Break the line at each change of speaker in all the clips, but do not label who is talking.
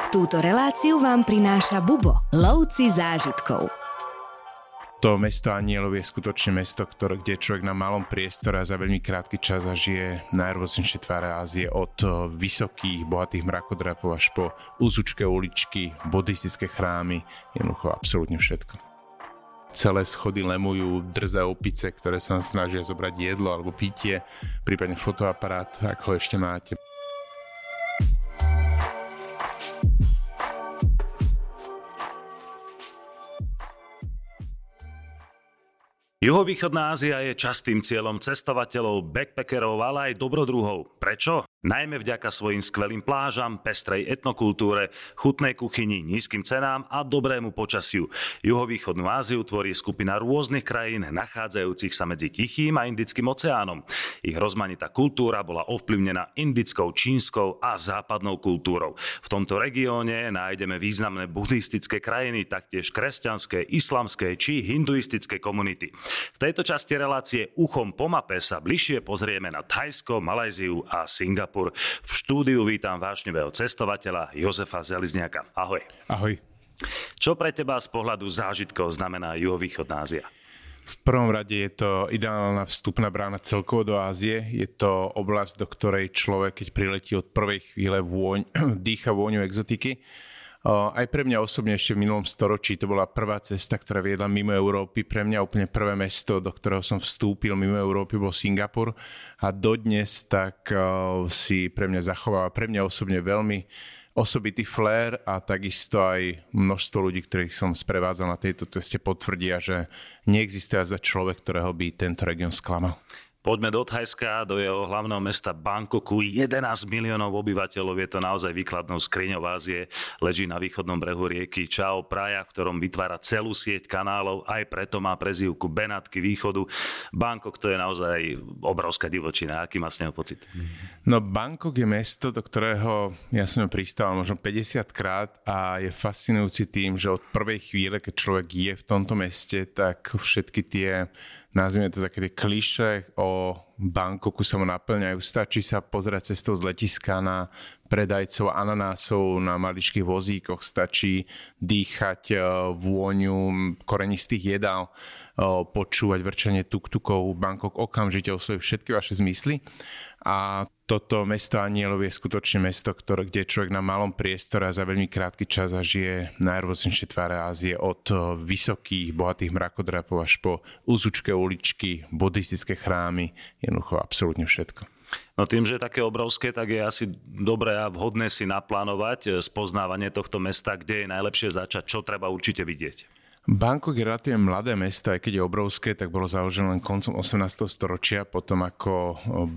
Túto reláciu vám prináša Bubo, lovci zážitkov.
To mesto Anielov je skutočne mesto, kde človek na malom priestore a za veľmi krátky čas zažije najrôznejšie tváre Ázie, od vysokých, bohatých mrakodrapov až po úzučké uličky, buddhistické chrámy, jednoducho absolútne všetko. Celé schody lemujú drzé opice, ktoré sa snažia zobrať jedlo alebo pitie, prípadne fotoaparát, ak ho ešte máte.
Juhovýchodná Ázia je častým cieľom cestovateľov, backpackerov, ale aj dobrodruhov. Prečo? Najmä vďaka svojim skvelým plážam, pestrej etnokultúre, chutnej kuchyni, nízkym cenám a dobrému počasiu. Juhovýchodnú Áziu tvorí skupina rôznych krajín, nachádzajúcich sa medzi Tichým a Indickým oceánom. Ich rozmanitá kultúra bola ovplyvnená indickou, čínskou a západnou kultúrou. V tomto regióne nájdeme významné buddhistické krajiny, taktiež kresťanské, islamské či hinduistické komunity. V tejto časti relácie Uchom po mape sa bližšie pozrieme na Thajsko, Malajziu a Singapur. V štúdiu vítam vášnivého cestovateľa Jozefa Zelizniaka. Ahoj.
Ahoj.
Čo pre teba z pohľadu zážitkov znamená Juhovýchodná Ázia?
V prvom rade je to ideálna vstupná brána celkovo do Ázie. Je to oblasť, do ktorej človek, keď priletí od prvej chvíle dýcha vôňu exotiky. Aj pre mňa osobne ešte v minulom storočí to bola prvá cesta, ktorá viedla mimo Európy. Pre mňa úplne prvé mesto, do ktorého som vstúpil mimo Európy, bol Singapur. A dodnes tak si pre mňa zachováva pre mňa osobne veľmi osobitý flair a takisto aj množstvo ľudí, ktorých som sprevádzal na tejto ceste, potvrdia, že neexistuje za človek, ktorého by tento región sklamal.
Poďme do Thajska, do jeho hlavného mesta Bangkoku. 11 miliónov obyvateľov, je to naozaj výkladnou skriňou Ázie. Leží na východnom brehu rieky Chao Phraya, v ktorom vytvára celú sieť kanálov. Aj preto má prezývku Benátky východu. Bangkok to je naozaj obrovská divočina. Aký má z neho pocit?
No Bangkok je mesto, do ktorého ja som pristával možno 50 krát a je fascinujúci tým, že od prvej chvíle, keď človek je v tomto meste, tak všetky tie, nazvime to také tie klišé o Bangkoku sa mu naplňajú. Stačí sa pozerať cestou z letiska na predajcov ananásov na maličkých vozíkoch. Stačí dýchať vôňu korenistých jedál, počúvať vrčanie tuk-tukov. Bangkok okamžite osloví všetky vaše zmysly. A toto mesto Anielov je skutočne mesto, kde človek na malom priestore a za veľmi krátky čas zažije najrôznejšie tváre Ázie, od vysokých, bohatých mrakodrapov až po úzučké uličky, buddhistické chrámy, jednoducho absolútne všetko.
No tým, že je také obrovské, tak je asi dobré a vhodné si naplánovať spoznávanie tohto mesta, kde je najlepšie začať, čo treba určite vidieť.
Bangkok je relatívne mladé mesto, aj keď je obrovské, tak bolo založené len koncom 18. storočia, potom ako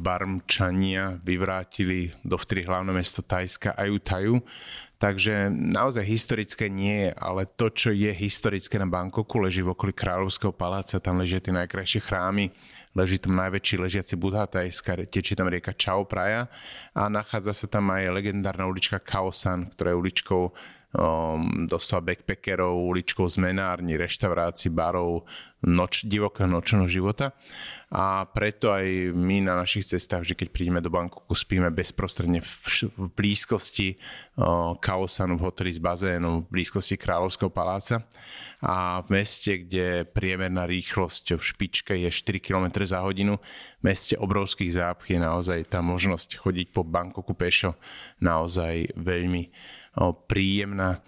Barmčania vyvrátili dovtedy hlavné mesto Thajska Ayutthaya. Takže naozaj historické nie je, ale to, čo je historické na Bangkoku, leží v okolí Kráľovského paláca, tam ležia tie najkrajšie chrámy, leží tam najväčší ležiaci Buddha Thajska, tečie tam rieka Chao Phraya a nachádza sa tam aj legendárna ulička Khao San, ktorá je uličkou doslova backpackerov, uličkou zmenární, reštaurácií, barov, divokého nočného života. A preto aj my na našich cestách, že keď prídeme do Bangkoku, spíme bezprostredne v blízkosti Khao Sanu, v hoteli s bazénom, v blízkosti Kráľovského paláca. A v meste, kde priemerná rýchlosť v špičke je 4 km za hodinu, v meste obrovských zápch je naozaj tá možnosť chodiť po Bangkoku pešo naozaj veľmi príjemná.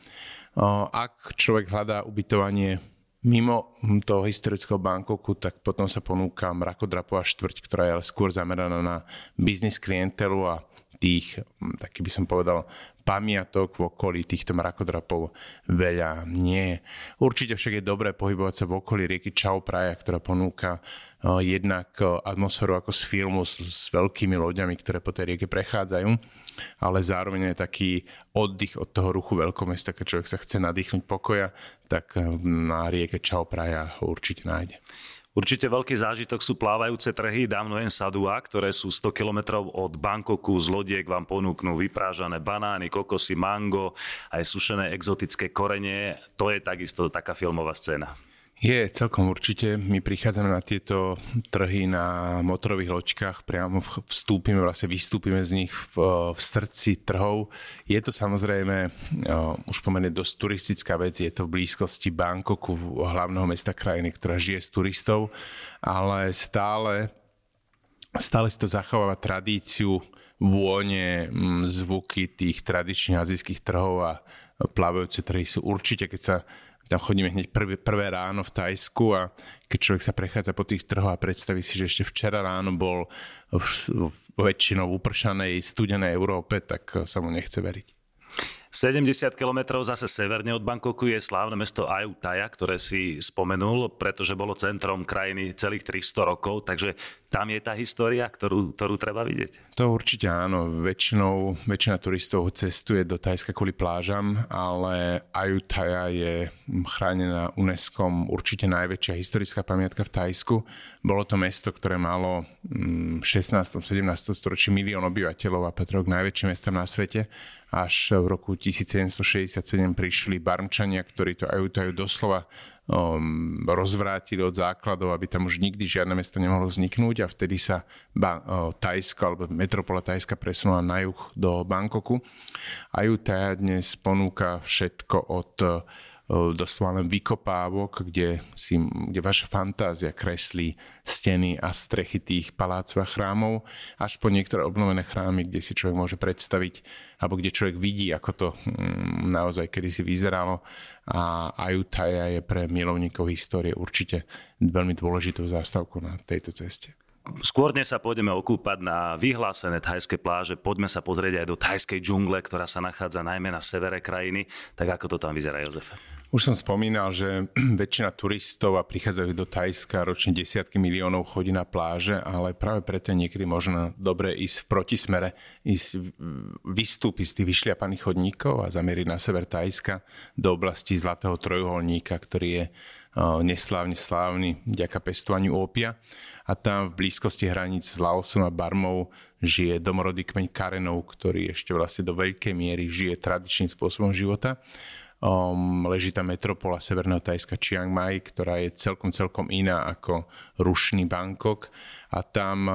Ak človek hľadá ubytovanie mimo toho historického Bangkoku, tak potom sa ponúka mrakodrapová štvrť, ktorá je ale skôr zameraná na biznis klientelu a tých, taký by som povedal, pamiatok v okolí týchto mrakodrapov veľa nie je. Určite však je dobré pohybovať sa v okolí rieky Chao Phraya, ktorá ponúka jednak atmosféru ako z filmu s veľkými loďami, ktoré po tej rieke prechádzajú, ale zároveň je taký oddych od toho ruchu veľkomesta, keď človek sa chce nadýchnuť pokoja, tak na rieke Chao Phraya ho určite nájde.
Určite veľký zážitok sú plávajúce trhy Dam Noen Sadua, ktoré sú 100 kilometrov od Bangkoku. Z lodiek vám ponúknú vyprážané banány, kokosy, mango, aj sušené exotické korenie. To je takisto taká filmová scéna.
Je, celkom určite. My prichádzame na tieto trhy na motorových loďkách, priamo vystúpime z nich v srdci trhov. Je to samozrejme už pomerne dosť turistická vec, je to v blízkosti Bangkoku, hlavného mesta krajiny, ktorá žije z turistov, ale stále si to zachováva tradíciu, vône, zvuky tých tradičných azijských trhov a plávajúce trhy sú určite, keď sa tam chodíme hneď prvé ráno v Thajsku a keď človek sa prechádza po tých trhoch a predstaví si, že ešte včera ráno bol väčšinou v upršanej, studenej Európe, tak sa mu nechce veriť.
70 kilometrov zase severne od Bangkoku je slávne mesto Ayutthaya, ktoré si spomenul, pretože bolo centrom krajiny celých 300 rokov, takže tam je tá história, ktorú treba vidieť.
To určite áno. Väčšina turistov cestuje do Thajska kvôli plážam, ale Ayutthaya je chránená UNESCO určite najväčšia historická pamiatka v Thajsku. Bolo to mesto, ktoré malo v 16. 17. storočí 1 000 000 obyvateľov a patrilo k najväčším mestám na svete. Až v roku 1767 prišli Barmčania, ktorí to Ayutthayu doslova rozvrátili od základov, aby tam už nikdy žiadne mesto nemohlo vzniknúť a vtedy sa Thajsko alebo metropola Thajska presunula na juh do Bangkoku. Ayutthaya dnes ponúka všetko od doslova len vykopávok, kde vaša fantázia kreslí steny a strechy tých palácov a chrámov, až po niektoré obnovené chrámy, kde si človek môže predstaviť, alebo kde človek vidí, ako to naozaj kedysi vyzeralo. A Ayutthaya je pre milovníkov histórie určite veľmi dôležitou zástavkou na tejto ceste.
Skôr dnes sa pôjdeme okúpať na vyhlásené thajské pláže. Poďme sa pozrieť aj do thajskej džungle, ktorá sa nachádza najmä na severe krajiny. Tak ako to tam vyzerá, Jozef?
Už som spomínal, že väčšina turistov a prichádzajú do Thajska, ročne desiatky miliónov chodí na pláže, ale práve preto je niekedy možno dobre ísť v protismere, vystúpiť z tých vyšliapaných chodníkov a zameriť na sever Thajska do oblasti Zlatého trojuholníka, ktorý je neslávne slávny vďaka pestovaniu ópia. A tam v blízkosti hraníc s Laosom a Barmou žije domorodý kmeň Karenov, ktorý ešte vlastne do veľkej miery žije tradičným spôsobom života. Leží tam metropola severného Thajska Chiang Mai, ktorá je celkom iná ako rušný Bangkok. A tam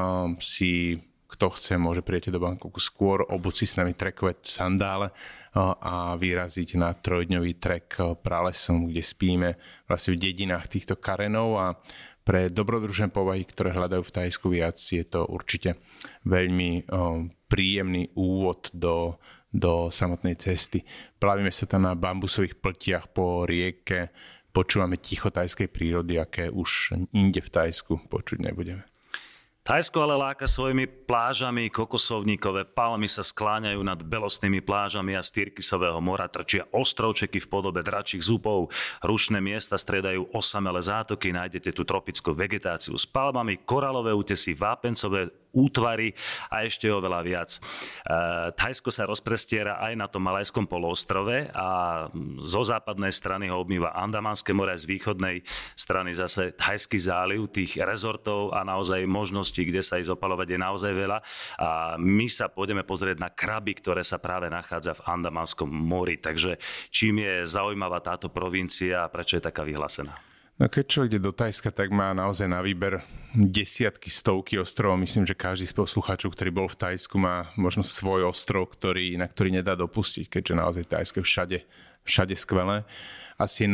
kto chce, môže prijať do Bangkoku skôr, obuť si s nami trekové sandále a vyraziť na 3-dňový trek pralesom, kde spíme vlastne v dedinách týchto Karenov a pre dobrodružné povahy, ktoré hľadajú v Thajsku viac, je to určite veľmi príjemný úvod do samotnej cesty. Plavíme sa tam na bambusových pltiach po rieke, počúvame ticho thajskej prírody, aké už inde v Thajsku počuť nebudeme.
Thajsko ale láka svojimi plážami, kokosovníkové palmy sa skláňajú nad belostnými plážami a z Tyrkisového mora trčia ostrovčeky v podobe dračích zúbov. Rušné miesta striedajú osamelé zátoky, nájdete tu tropickú vegetáciu s palmami, koralové útesy, vápencové útvary a ešte oveľa viac. Thajsko sa rozprestiera aj na tom Malajskom poloostrove a zo západnej strany ho obmýva Andamanské more, z východnej strany zase Thajský záliv. Tých rezortov a naozaj možností, kde sa ísť opalovať, je naozaj veľa. A my sa pôjdeme pozrieť na kraby, ktoré sa práve nachádza v Andamanskom mori. Takže čím je zaujímavá táto provincia a prečo je taká vyhlásená?
No keď človek ide do Thajska, tak má naozaj na výber desiatky, stovky ostrovov. Myslím, že každý z poslucháčov, ktorý bol v Thajsku, má možno svoj ostrov, na ktorý nedá dopustiť, keďže naozaj Thajsko je všade skvelé. Asi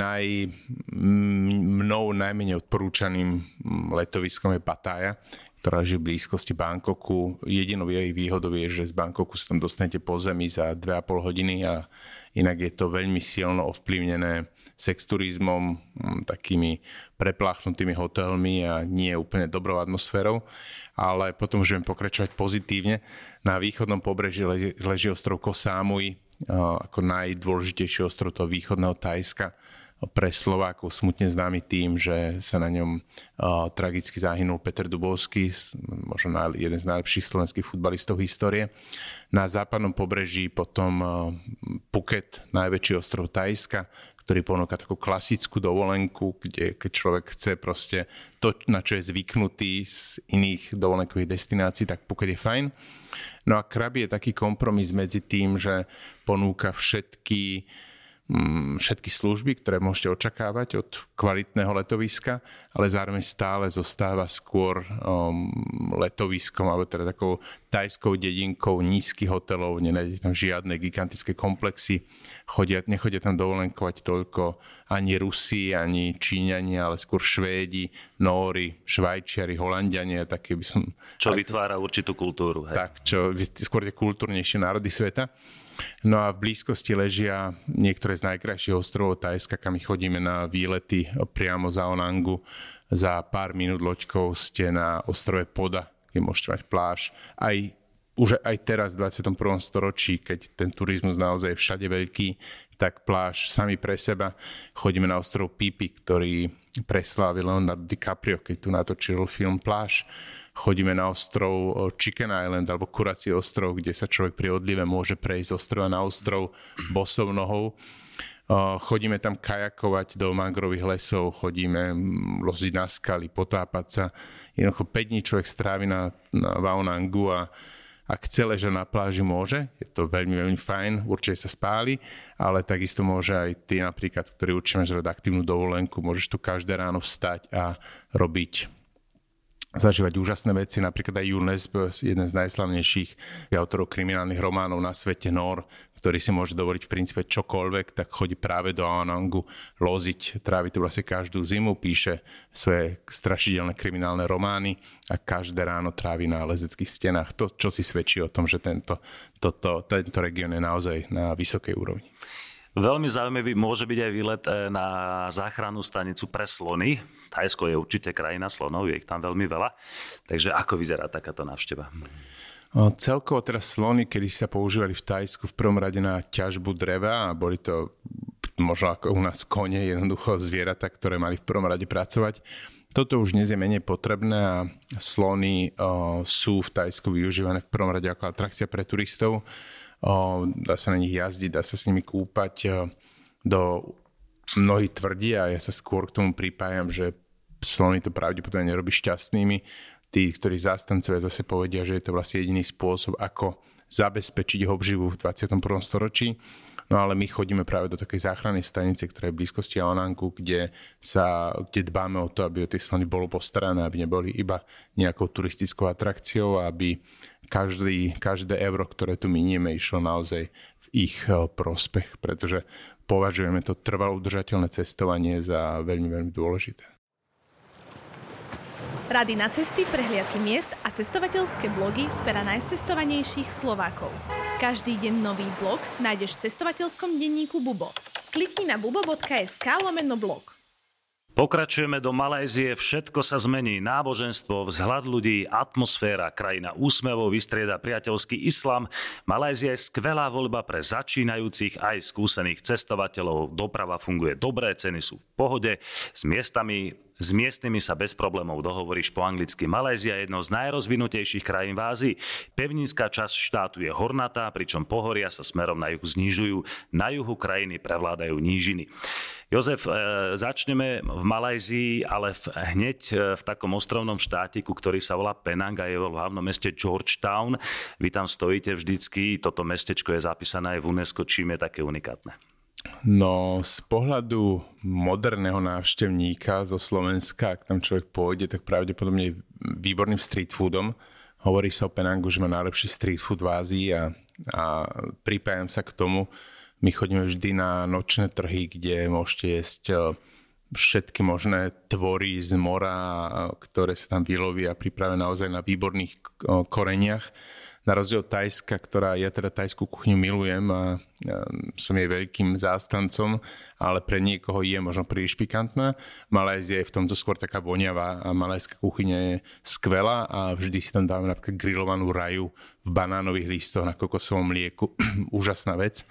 mnou najmenej odporúčaným letoviskom je Pattaya, ktorá žije v blízkosti Bangkoku. Jedinou jej výhodou je, že z Bangkoku sa tam dostanete po zemi za 2,5 hodiny a inak je to veľmi silno ovplyvnené sexturizmom, takými prepláchnutými hotelmi a nie úplne dobrou atmosférou. Ale potom už viem pokračovať pozitívne. Na východnom pobreží leží ostrov Koh Samui, ako najdôležitejší ostrov toho východného Thajska. Pre Slovákov smutne známy tým, že sa na ňom tragicky zahynul Peter Dubovský, možno jeden z najlepších slovenských futbalistov histórie. Na západnom pobreží potom Phuket, najväčší ostrov Thajska, ktorý ponúka takú klasickú dovolenku, kde keď človek chce proste to, na čo je zvyknutý z iných dovolenkových destinácií, tak Phuket je fajn. No a Krabi je taký kompromis medzi tým, že ponúka všetky všetky služby, ktoré môžete očakávať od kvalitného letoviska, ale zároveň stále zostáva skôr letoviskom, alebo teda takou tajskou dedinkou nízkych hotelov, nenájdete tam žiadne gigantické komplexy, nechodia tam dovolenkovať toľko ani Rusi, ani Číňani, ale skôr Švédi, Nóri, Švajčiari, Holanďania, také by som...
Čo vytvára určitú kultúru. Hej?
Tak, čo skôr tie kultúrnejšie národy sveta. No a v blízkosti ležia niektoré z najkrajších ostrovov Thajska, kam chodíme na výlety priamo za Onangu. Za pár minút loďkou ste na ostrove Poda, kde môžete mať pláž. Už aj teraz v 21. storočí, keď ten turizmus naozaj je všade veľký, tak pláž sami pre seba. Chodíme na ostrov Phi Phi, ktorý preslávil Leonardo DiCaprio, keď tu natočil film Pláž. Chodíme na ostrov Chicken Island alebo Kurací ostrov, kde sa človek pri odlive môže prejsť z ostrova na ostrov bosou nohou. Chodíme tam kajakovať do mangrových lesov, chodíme loziť na skaly, potápať sa. Jednoducho 5 dní človek strávi na Vaonangu a ak chce ležať na pláži, môže. Je to veľmi, veľmi fajn, určite sa spáli, ale takisto môže aj ty napríklad, ktorý určite máš aktívnu dovolenku, môžeš tu každé ráno vstať a zažívať úžasné veci, napríklad aj Jules Nesbø, jeden z najslavnejších autorov kriminálnych románov na svete, Nor, ktorý si môže dovoliť v princípe čokoľvek, tak chodí práve do Onangu loziť, trávi tu vlastne každú zimu, píše svoje strašidelné kriminálne romány a každé ráno trávi na lezeckých stenách. To, čo si svedčí o tom, že tento región je naozaj na vysokej úrovni.
Veľmi zaujímavý môže byť aj výlet na záchrannú stanicu pre slony. Thajsko je určite krajina slonov, je ich tam veľmi veľa. Takže ako vyzerá takáto návšteva?
Celkovo teraz slony, kedy sa používali v Thajsku v prvom rade na ťažbu dreva a boli to možno ako u nás kone, jednoducho zvieratá, ktoré mali v prvom rade pracovať. Toto už dnes je menej potrebné a slony sú v Thajsku využívané v prvom rade ako atrakcia pre turistov. Dá sa na nich jazdiť, dá sa s nimi kúpať. Mnohí tvrdia, a ja sa skôr k tomu pripájam, že slony to pravdepodobne nerobí šťastnými. Tí, ktorí zástancovia zase povedia, že je to vlastne jediný spôsob, ako zabezpečiť obživu v 21. storočí. No ale my chodíme práve do takej záchrannej stanice, ktorá je v blízkosti Onangu, kde dbáme o to, aby o tie slony bolo postarané, aby neboli iba nejakou turistickou atrakciou, aby každé euro, ktoré tu minieme, išlo naozaj v ich prospech, pretože považujeme to trvalo udržateľné cestovanie za veľmi, veľmi dôležité.
Rady na cesty, prehliadky miest a cestovateľské blogy z pera najcestovanejších Slovákov. Každý deň nový blog nájdeš v cestovateľskom denníku Bubo. Klikni na bubo.sk/blog.
Pokračujeme do Malajzie, všetko sa zmení. Náboženstvo, vzhľad ľudí, atmosféra, krajina úsmevov vystrieda priateľský islam. Malajzia je skvelá voľba pre začínajúcich aj skúsených cestovateľov. Doprava funguje dobre, ceny sú v pohode, s miestnymi sa bez problémov dohovoríš po anglicky. Malajzia je jednou z najrozvinutejších krajín v Ázii. Pevninská časť štátu je hornatá, pričom pohoria sa smerom na juh znižujú. Na juhu krajiny prevládajú nížiny. Jozef, začneme v Malajzii, ale hneď v takom ostrovnom štátiku, ktorý sa volá Penang a je v hlavnom meste Georgetown. Vy tam stojíte vždycky, toto mestečko je zapísané aj v UNESCO, čím je také unikátne?
No, z pohľadu moderného návštevníka zo Slovenska, ak tam človek pôjde, tak pravdepodobne je výborným street foodom. Hovorí sa o Penangu, že má najlepší street food v Ázii a pripájam sa k tomu. My chodíme vždy na nočné trhy, kde môžete jesť všetky možné tvory z mora, ktoré sa tam vylovia a pripravia naozaj na výborných koreniach. Na rozdiel od Thajska, ja teda thajskú kuchyňu milujem a som jej veľkým zástancom, ale pre niekoho je možno príliš pikantná. Malajzia je v tomto skôr taká voňavá a malajská kuchyňa je skvelá a vždy si tam dáme napríklad grillovanú raju v banánových listoch na kokosovom mlieku. Úžasná vec.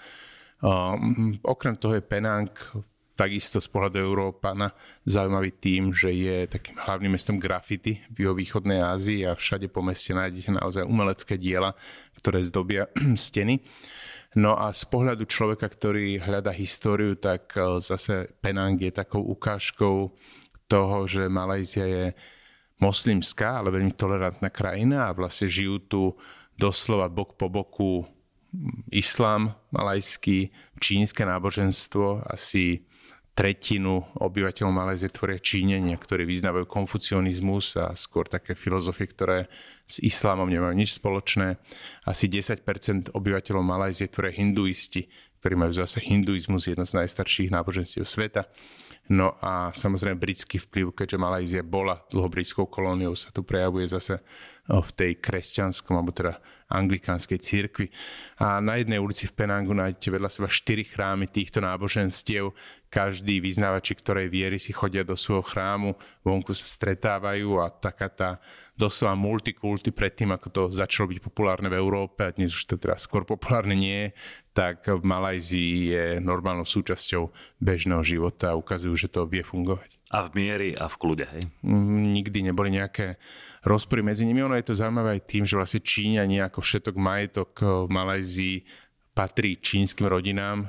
Okrem toho je Penang takisto z pohľadu Európana zaujímavý tým, že je takým hlavným mestom graffiti v juhovýchodnej Ázii a všade po meste nájdete naozaj umelecké diela, ktoré zdobia steny. No a z pohľadu človeka, ktorý hľadá históriu, tak zase Penang je takou ukážkou toho, že Malajzia je moslimská, ale veľmi tolerantná krajina a vlastne žijú tu doslova bok po boku islám malajský, čínske náboženstvo. Asi tretinu obyvateľov Malajzie tvoria Číňania, ktorí vyznávajú konfucionizmus a skôr také filozofie, ktoré s islámom nemajú nič spoločné. Asi 10% obyvateľov Malajzie tvoria hinduisti, ktorí majú zase hinduizmus, jedno z najstarších náboženstiev sveta. No a samozrejme britský vplyv, keďže Malajzia bola dlho britskou kolóniou, sa tu prejavuje zase v tej kresťanskom, alebo teda anglikánskej cirkvi. A na jednej ulici v Penangu nájdete vedľa seba 4 chrámy týchto náboženstiev. Každý vyznávači ktorej viery si chodia do svojho chrámu, vonku sa stretávajú a taká tá doslova multikulty predtým, ako to začalo byť populárne v Európe, a dnes už to teda skôr populárne nie je, tak v Malajzii je normálnou súčasťou bežného života a ukazujú, že to vie fungovať.
A v miery a v kľude, hej?
Nikdy neboli nejaké rozpory medzi nimi. Ono je to zaujímavé aj tým, že vlastne Číňania ako všetok majetok v Malajzii patrí čínskym rodinám.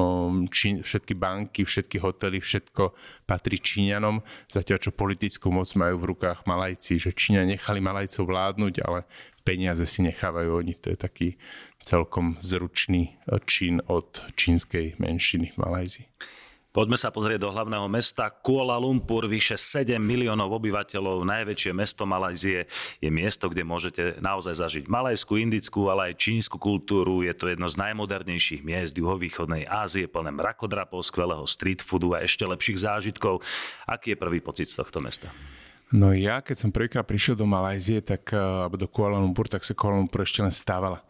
Všetky banky, všetky hotely, všetko patrí Číňanom. Zatiaľ, čo politickú moc majú v rukách Malajci, že Číňania nechali Malajcov vládnuť, ale peniaze si nechávajú oni. To je taký celkom zručný čin od čínskej menšiny v Malajzii.
Poďme sa pozrieť do hlavného mesta. Kuala Lumpur, vyše 7 miliónov obyvateľov, najväčšie mesto Malajzie, je miesto, kde môžete naozaj zažiť malajskú, indickú, ale aj čínsku kultúru. Je to jedno z najmodernejších miest juhovýchodnej Ázie, plné mrakodrapov, skvelého street foodu a ešte lepších zážitkov. Aký je prvý pocit z tohto mesta?
No ja, keď som prvýkrát prišiel do Malajzie, alebo do Kuala Lumpur, tak sa Kuala Lumpur ešte len stávala.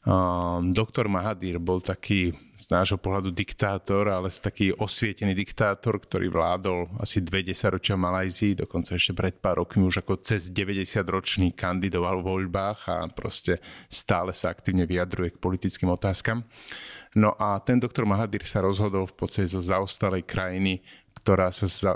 Doktor Mahathir bol taký z nášho pohľadu diktátor, ale taký osvietený diktátor, ktorý vládol asi 20 ročia v Malajzii, dokonca ešte pred pár rokmi už ako cez 90-ročný kandidoval v voľbách a proste stále sa aktívne vyjadruje k politickým otázkam. No a ten doktor Mahathir sa rozhodol v podstate zo zaostalej krajiny, ktorá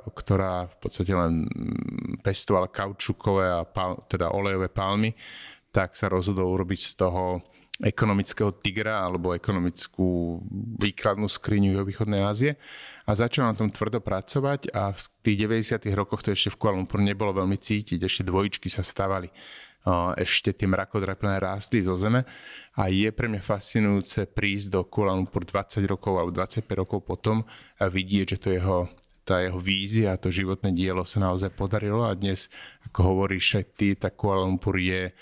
v podstate len pestovala kaučukové a teda olejové palmy, tak sa rozhodol urobiť z toho ekonomického tigra alebo ekonomickú výkladnú skriňu juhovýchodnej Ázie a začal na tom tvrdo pracovať a v tých 90. rokoch to ešte v Kuala Lumpur nebolo veľmi cítiť, ešte dvojičky sa stavali, ešte tie mrakodrapné rástli zo zeme a je pre mňa fascinujúce prísť do Kuala Lumpur 20 rokov alebo 25 rokov potom a vidieť, že to tá jeho vízia a to životné dielo sa naozaj podarilo a dnes, ako hovoríš aj ty, tak Kuala Lumpur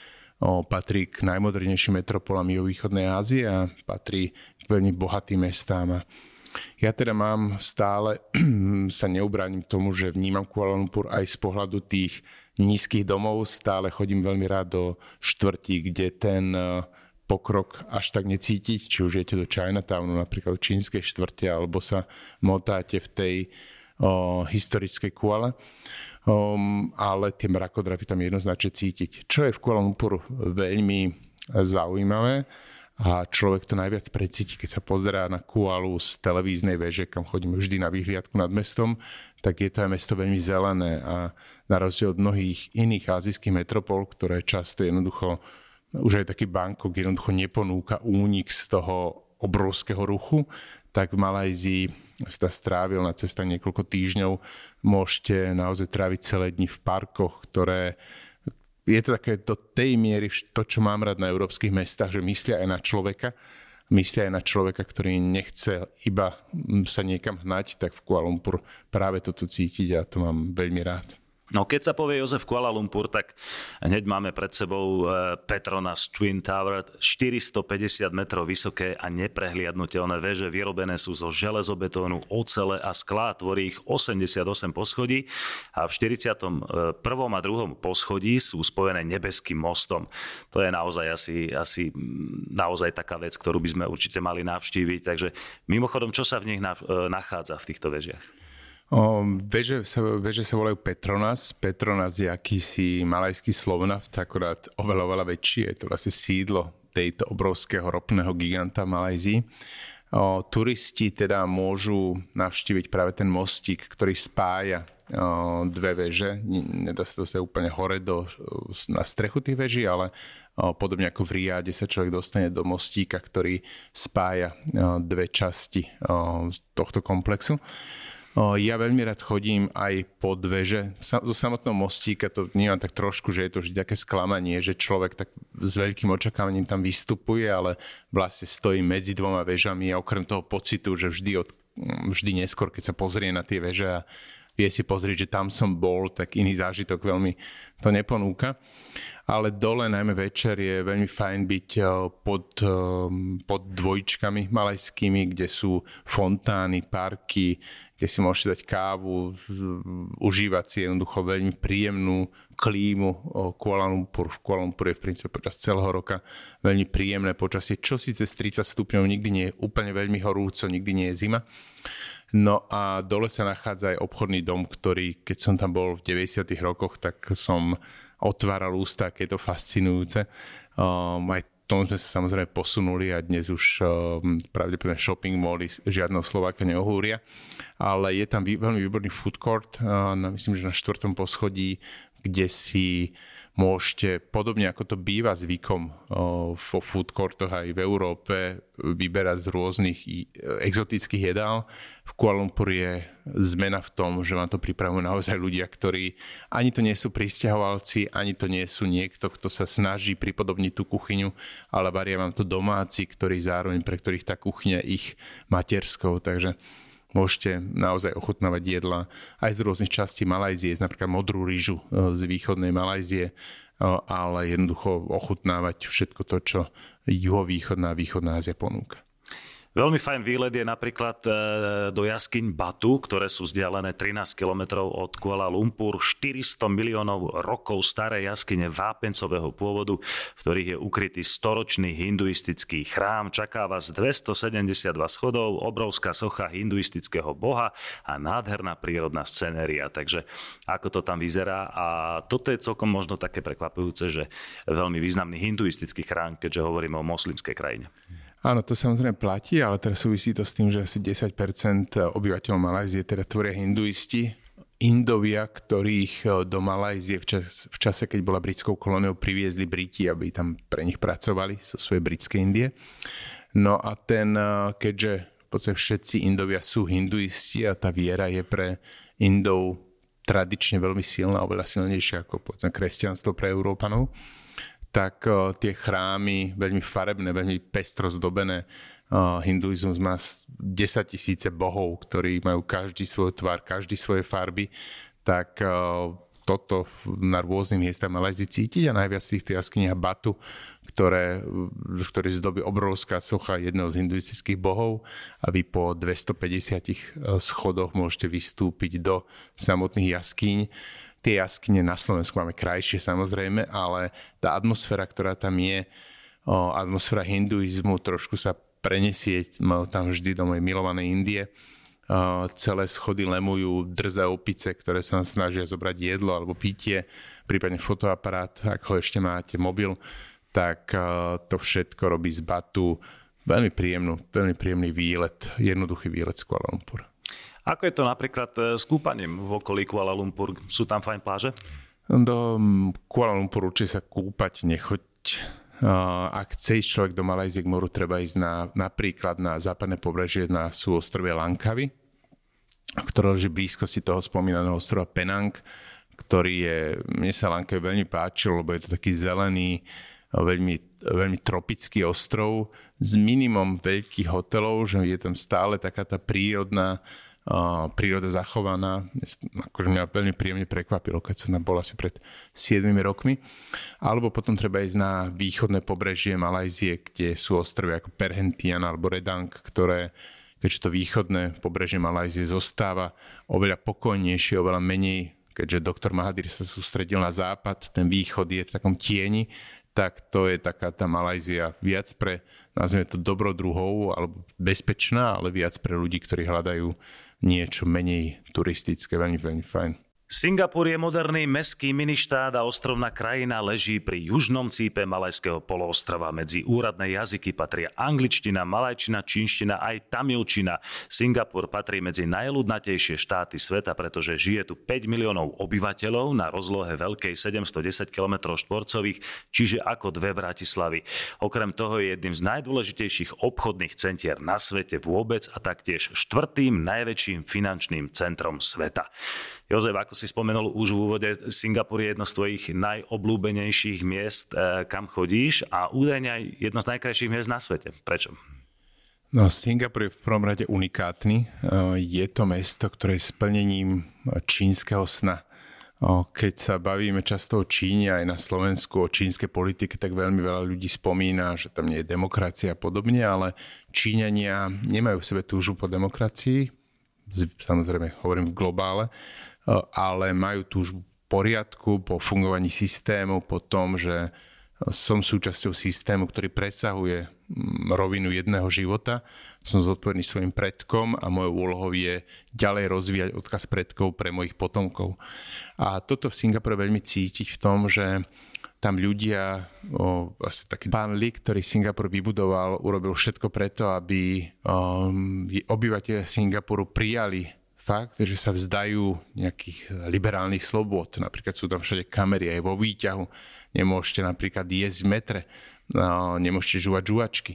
patrí k najmodernejším metropolám juhovýchodnej Ázie a patrí k veľmi bohatým mestám. Ja teda sa neubránim tomu, že vnímam Kuala Lumpur aj z pohľadu tých nízkych domov. Stále chodím veľmi rád do štvrtí, kde ten pokrok až tak necítiť. Či už idete do Chinatownu, napríklad v čínskej štvrte, alebo sa motáte v tej historickej Kuala. Ale tie mrakodrapy tam jednoznačne cítiť. Čo je v Kuala Lumpur veľmi zaujímavé a človek to najviac precíti, keď sa pozerá na Kualu z televíznej veže, kam chodíme vždy na výhliadku nad mestom, tak je to aj mesto veľmi zelené a na rozdiel od mnohých iných ázijských metropol, ktoré často jednoducho, už aj taký Bangkok jednoducho neponúka únik z toho obrovského ruchu, tak v Malajzii sa strávil na cestách niekoľko týždňov. Môžete naozaj tráviť celé dni v parkoch, ktoré je to také do tej miery to, čo mám rád na európskych mestách, že myslia aj na človeka, ktorý nechce iba sa niekam hnať, tak v Kuala Lumpur práve toto cítiť a to mám veľmi rád.
No keď sa povie Jozef Kuala Lumpur, tak hneď máme pred sebou Petronas Twin Tower, 450 metrov vysoké a neprehliadnutelné veže, vyrobené sú zo železobetónu, ocele a skla, tvorí ich 88 poschodí a v 41. a 2. poschodí sú spojené nebeským mostom. To je naozaj asi naozaj taká vec, ktorú by sme určite mali navštíviť. Takže mimochodom, čo sa v nich nachádza v týchto vežiach?
Veže sa volajú Petronas. Petronas je akýsi malajský Slovnaft, akorát oveľa väčší. Je to vlastne sídlo tejto obrovského ropného giganta v Malajzii. Turisti teda môžu navštíviť práve ten mostík, ktorý spája dve veže. Nedá sa dostať úplne hore na strechu tých veží, ale podobne ako v Riade sa človek dostane do mostíka, ktorý spája dve časti tohto komplexu. Ja veľmi rád chodím aj pod veže. Zo samotného mostíka to vnímam tak trošku, že je to vždy také sklamanie, že človek tak s veľkým očakávaním tam vystupuje, ale vlastne stojí medzi dvoma vežami a okrem toho pocitu, že vždy neskôr, keď sa pozrie na tie veže a vie si pozrieť, že tam som bol, tak iný zážitok veľmi to neponúka. Ale dole, najmä večer, je veľmi fajn byť pod dvojčkami malajskými, kde sú fontány, parky, kde si môžete dať kávu, užívať si jednoducho veľmi príjemnú klímu. Kuala Lumpur je v princípe počas celého roka veľmi príjemné počasie, čo síce z 30 stupňov nikdy nie je úplne veľmi horúco, nikdy nie je zima. No a dole sa nachádza aj obchodný dom, ktorý, keď som tam bol v 90. rokoch, tak som otváral ústa, aké je to fascinujúce. Aj tomu sme sa samozrejme posunuli a dnes už pravdepodobne shopping mally žiadneho Slováka neohúria. Ale je tam veľmi výborný food court, myslím, že na 4. poschodí, kde si môžete, podobne ako to býva zvykom vo food courtoch aj v Európe, vyberať z rôznych exotických jedál. V Kuala Lumpur je zmena v tom, že vám to pripravujú naozaj ľudia, ktorí ani to nie sú prisťahovalci, ani to nie sú niekto, kto sa snaží pripodobniť tú kuchyňu, ale varia vám to domáci, ktorí zároveň, pre ktorých tá kuchyňa je ich materskou. Takže môžete naozaj ochutnávať jedla aj z rôznych častí Malajzie, napríklad modrú ryžu z východnej Malajzie, ale jednoducho ochutnávať všetko to, čo juhovýchodná a východná Ázia ponúka.
Veľmi fajn výlet je napríklad do jaskyň Batu, ktoré sú vzdialené 13 km od Kuala Lumpur. 400 miliónov rokov staré jaskyne vápencového pôvodu, v ktorých je ukrytý storočný hinduistický chrám. Čaká vás 272 schodov, obrovská socha hinduistického boha a nádherná prírodná scenéria. Takže ako to tam vyzerá. A toto je celkom možno také prekvapujúce, že veľmi významný hinduistický chrám, keďže hovoríme o moslimskej krajine.
Áno, to samozrejme platí, ale teraz súvisí to s tým, že asi 10% obyvateľov Malajzie teda tvoria hinduisti. Indovia, ktorých do Malajzie v čase, keď bola britskou kolóniou, priviezli Briti, aby tam pre nich pracovali zo svojej britskej Indie. No a keďže v podstate všetci Indovia sú hinduisti a tá viera je pre Indov tradične veľmi silná, oveľa silnejšia ako povedzme kresťanstvo pre Európanov, tak tie chrámy, veľmi farebné, veľmi pestro zdobené, hinduizmus má 10 000 bohov, ktorí majú každý svoj tvar, každý svoje farby, tak toto na rôznych miestach Malajzie cítiť a najviac v týchto jaskyniach Batu, ktoré zdobí obrovská socha jedného z hinduistických bohov a vy po 250 schodoch môžete vystúpiť do samotných jaskyň. Tie jaskyne na Slovensku máme krajšie samozrejme, ale tá atmosféra, ktorá tam je, atmosféra hinduizmu, trošku sa prenesie tam vždy do mojej milovanej Indie. Celé schody lemujú drzé opice, ktoré sa vám snažia zobrať jedlo alebo pitie, prípadne fotoaparát, ak ho ešte máte, mobil, tak to všetko robí z Batu veľmi príjemný výlet, jednoduchý výlet z Kuala Lumpur.
Ako je to napríklad s kúpaním v okolí Kuala Lumpur? Sú tam fajn pláže?
Do Kuala Lumpur určite sa kúpať nechoď. Ak chce ísť človek do Malajzie k moru, treba ísť napríklad na západné pobrežie na súostrove Langkawi, ktoré leží v blízkosti toho spomínaného ostrova Penang, ktorý je, mne sa Langkawi veľmi páčil, lebo je to taký zelený, veľmi tropický ostrov s minimum veľkých hotelov, že je tam stále taká tá príroda zachovaná. Akože mňa veľmi príjemne prekvapilo, keď som tam bol asi pred 7 rokmi. Alebo potom treba ísť na východné pobrežie Malajzie, kde sú ostrovy ako Perhentian alebo Redang, ktoré, keďže to východné pobrežie Malajzie zostáva oveľa pokojnejšie, oveľa menej, keďže doktor Mahathir sa sústredil na západ, ten východ je v takom tieni, tak to je taká tá Malajzia viac pre, nazvime to dobrodruhov, alebo bezpečná, ale viac pre ľudí, ktorí hľadajú niečo menej turistické, veľmi, veľmi fajn.
Singapur je moderný mestský miništát a ostrovná krajina, leží pri južnom cípe Malajského poloostrova. Medzi úradné jazyky patria angličtina, malajčina, čínština aj tamilčina. Singapur patrí medzi najľudnatejšie štáty sveta, pretože žije tu 5 miliónov obyvateľov na rozlohe veľkej 710 km štvorcových, čiže ako 2 Bratislavy. Okrem toho je jedným z najdôležitejších obchodných centier na svete vôbec a taktiež 4. najväčším finančným centrom sveta. Jozef, ako si spomenul už v úvode, Singapur je jedno z tvojich najobľúbenejších miest, kam chodíš a údajne aj jedno z najkrajších miest na svete. Prečo?
No, Singapur je v prvom rade unikátny. Je to mesto, ktoré je splnením čínskeho sna. Keď sa bavíme často o Číne aj na Slovensku, o čínskej politike, tak veľmi veľa ľudí spomína, že tam nie je demokracia a podobne, ale Číňania nemajú v sebe túžbu po demokracii, samozrejme hovorím v globále, ale majú túžbu poriadku, po fungovaní systému, po tom, že som súčasťou systému, ktorý presahuje rovinu jedného života. Som zodpovedný svojim predkom a mojou úlohou je ďalej rozvíjať odkaz predkov pre mojich potomkov. A toto v Singapure veľmi cítiť v tom, že tam ľudia, vlastne taký pán Lee, ktorý Singapur vybudoval, urobil všetko preto, aby obyvatelia Singapuru prijali fakt, že sa vzdajú nejakých liberálnych slobôd. Napríklad sú tam všade kamery aj vo výťahu. Nemôžete napríklad jesť v metre, nemôžete žúvať žuvačky.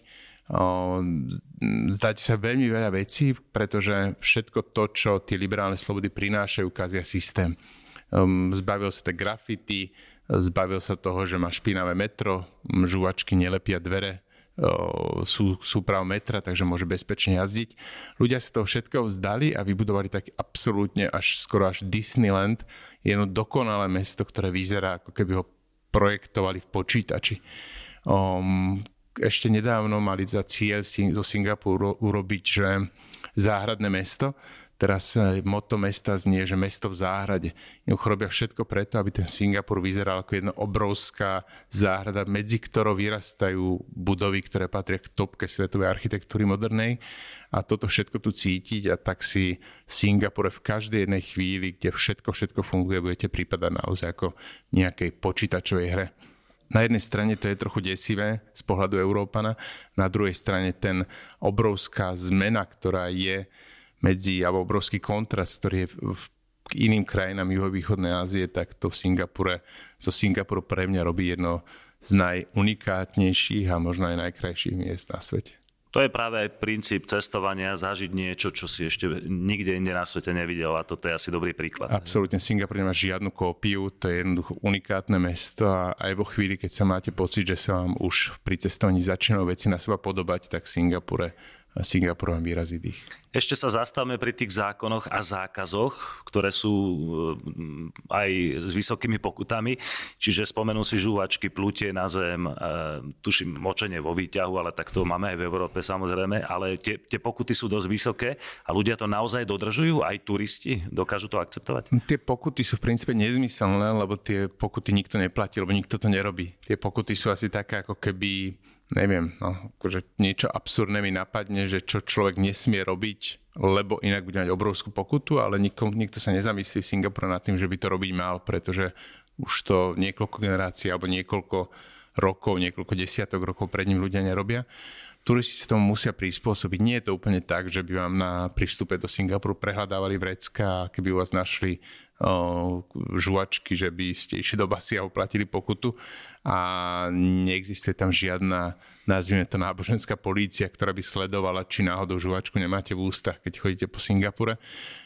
Zdáte sa veľmi veľa vecí, pretože všetko to, čo tie liberálne slobody prinášajú, kazia systém. Zbavil sa tak graffiti, zbavil sa toho, že má špinavé metro, žuvačky nelepia dvere, sú práv metra, takže môže bezpečne jazdiť. Ľudia sa toho všetkého vzdali a vybudovali tak absolútne skoro až Disneyland. Je jedno dokonalé mesto, ktoré vyzerá, ako keby ho projektovali v počítači. Ešte nedávno mali za cieľ zo Singapuru urobiť, že záhradné mesto. Teraz motto mesta znie, že mesto v záhrade. Robia všetko preto, aby ten Singapur vyzeral ako jedna obrovská záhrada, medzi ktorou vyrastajú budovy, ktoré patria k topke svetovej architektúry modernej. A toto všetko tu cítiť a tak si v Singapure v každej jednej chvíli, kde všetko funguje, budete pripadať naozaj ako nejakej počítačovej hre. Na jednej strane to je trochu desivé z pohľadu Európana, na druhej strane ten obrovská zmena, ktorá je alebo obrovský kontrast, ktorý je k iným krajinám juhovýchodnej Ázie, tak to zo Singapuru pre mňa robí jedno z najunikátnejších a možno aj najkrajších miest na svete.
To je práve aj princíp cestovania, zažiť niečo, čo si ešte nikde inde na svete nevidel a toto je asi dobrý príklad. Absolútne,
Singapur nemá žiadnu kópiu, to je jednoducho unikátne mesto a aj vo chvíli, keď sa máte pocit, že sa vám už pri cestovaní začínajú veci na seba podobať, tak Singapur vám vyrazí dých.
Ešte sa zastavme pri tých zákonoch a zákazoch, ktoré sú aj s vysokými pokutami. Čiže spomenú si žúvačky, plutie na zem, tuším močenie vo výťahu, ale tak to máme aj v Európe samozrejme, ale tie pokuty sú dosť vysoké a ľudia to naozaj dodržujú, aj turisti dokážu to akceptovať?
Tie pokuty sú v princípe nezmyselné, lebo tie pokuty nikto neplatí, lebo nikto to nerobí. Tie pokuty sú asi také, ako keby akože niečo absurdné mi napadne, že čo človek nesmie robiť, lebo inak bude mať obrovskú pokutu, ale nikto sa nezamyslí v Singapure nad tým, že by to robiť mal, pretože už to niekoľko generácií alebo niekoľko rokov, niekoľko desiatok rokov pred ním ľudia nerobia. Turisti sa tomu musia prispôsobiť. Nie je to úplne tak, že by vám pri vstupe do Singapuru prehľadávali vrecka a keby u vás našli žuvačky, že by ste išli do basy a uplatili pokutu a neexistuje tam žiadna, nazvime to, náboženská polícia, ktorá by sledovala, či náhodou žuvačku nemáte v ústach, keď chodíte po Singapure.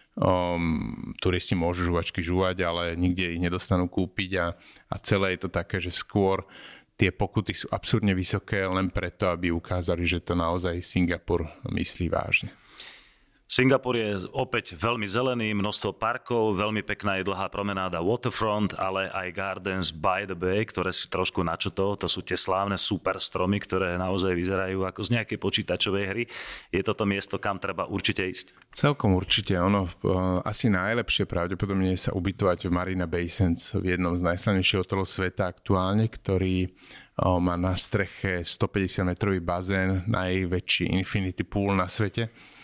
Turisti môžu žuvačky žuvať, ale nikde ich nedostanú kúpiť a celé je to také, že skôr tie pokuty sú absurdne vysoké len preto, aby ukázali, že to naozaj Singapur myslí vážne.
Singapur je opäť veľmi zelený, množstvo parkov, veľmi pekná je dlhá promenáda Waterfront, ale aj Gardens by the Bay, ktoré si trošku načrtol. To sú tie slávne super stromy, ktoré naozaj vyzerajú ako z nejakej počítačovej hry. Je toto miesto, kam treba určite ísť?
Celkom určite. Asi najlepšie pravdepodobne sa ubytovať v Marina Bay Sands, v jednom z najslavnejších hotelov sveta aktuálne, ktorý má na streche 150-metrový bazén, najväčší infinity pool na svete.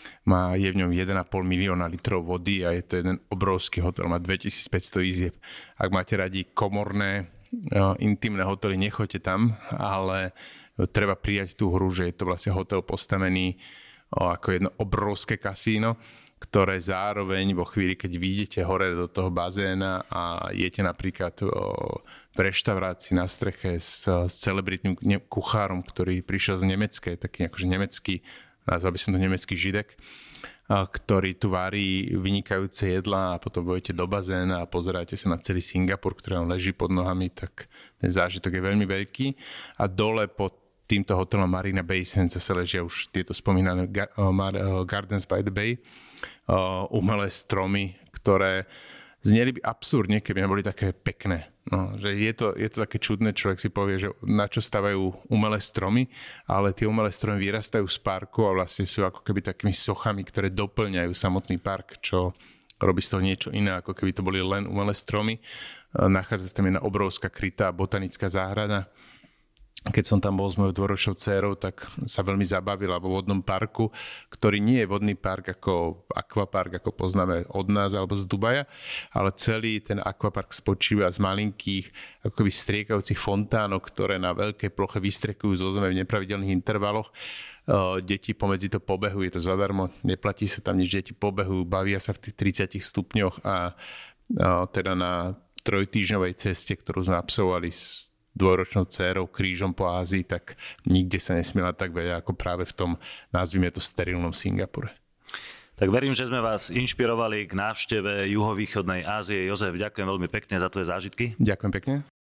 je v ňom 1,5 milióna litrov vody a je to jeden obrovský hotel, má 2500 izieb. Ak máte radi komorné, intimné hotely, nechoďte tam, ale treba prijať tú hru, že je to vlastne hotel postavený ako jedno obrovské kasíno, ktoré zároveň vo chvíli, keď vyjdete hore do toho bazéna a jete napríklad v reštaurácii na streche s celebritným kuchárom, ktorý prišiel z Nemecka, taký akože nemecký, nazval by som to nemecký židek, ktorý tu varí vynikajúce jedlá a potom budete do bazéna a pozeráte sa na celý Singapur, ktorý vám leží pod nohami, tak ten zážitok je veľmi veľký. A dole pod týmto hotelom Marina Bay Sands zase ležia už tieto spomínané Gardens by the Bay, umelé stromy, ktoré zneli by absurdne, keby neboli také pekné. No, že je to také čudné, človek si povie, že na čo stavajú umelé stromy, ale tie umelé stromy vyrastajú z parku a vlastne sú ako keby takými sochami, ktoré doplňajú samotný park, čo robí z toho niečo iné, ako keby to boli len umelé stromy. Nachádza sa tam jedna obrovská krytá botanická záhrada. Keď som tam bol s mojou dvoročnou dcérou, tak sa veľmi zabavila vo vodnom parku, ktorý nie je vodný park ako akvapark, ako poznáme od nás alebo z Dubaja, ale celý ten akvapark spočíva z malinkých akoby striekajúcich fontánov, ktoré na veľkej ploche vystrekujú zo zeme v nepravidelných intervaloch. Deti pomedzi to pobehujú, je to zadarmo, neplatí sa tam nič, deti pobehujú, bavia sa v tých 30 stupňoch a teda na 3-týždňovej ceste, ktorú sme absolvovali s dvojročnou dcérou krížom po Ázii, tak nikde sa nesmiela tak veľa ako práve v tom, nazvime to, sterilnom Singapure.
Tak verím, že sme vás inšpirovali k návšteve juhovýchodnej Ázie. Jozef, ďakujem veľmi pekne za tvoje zážitky.
Ďakujem pekne.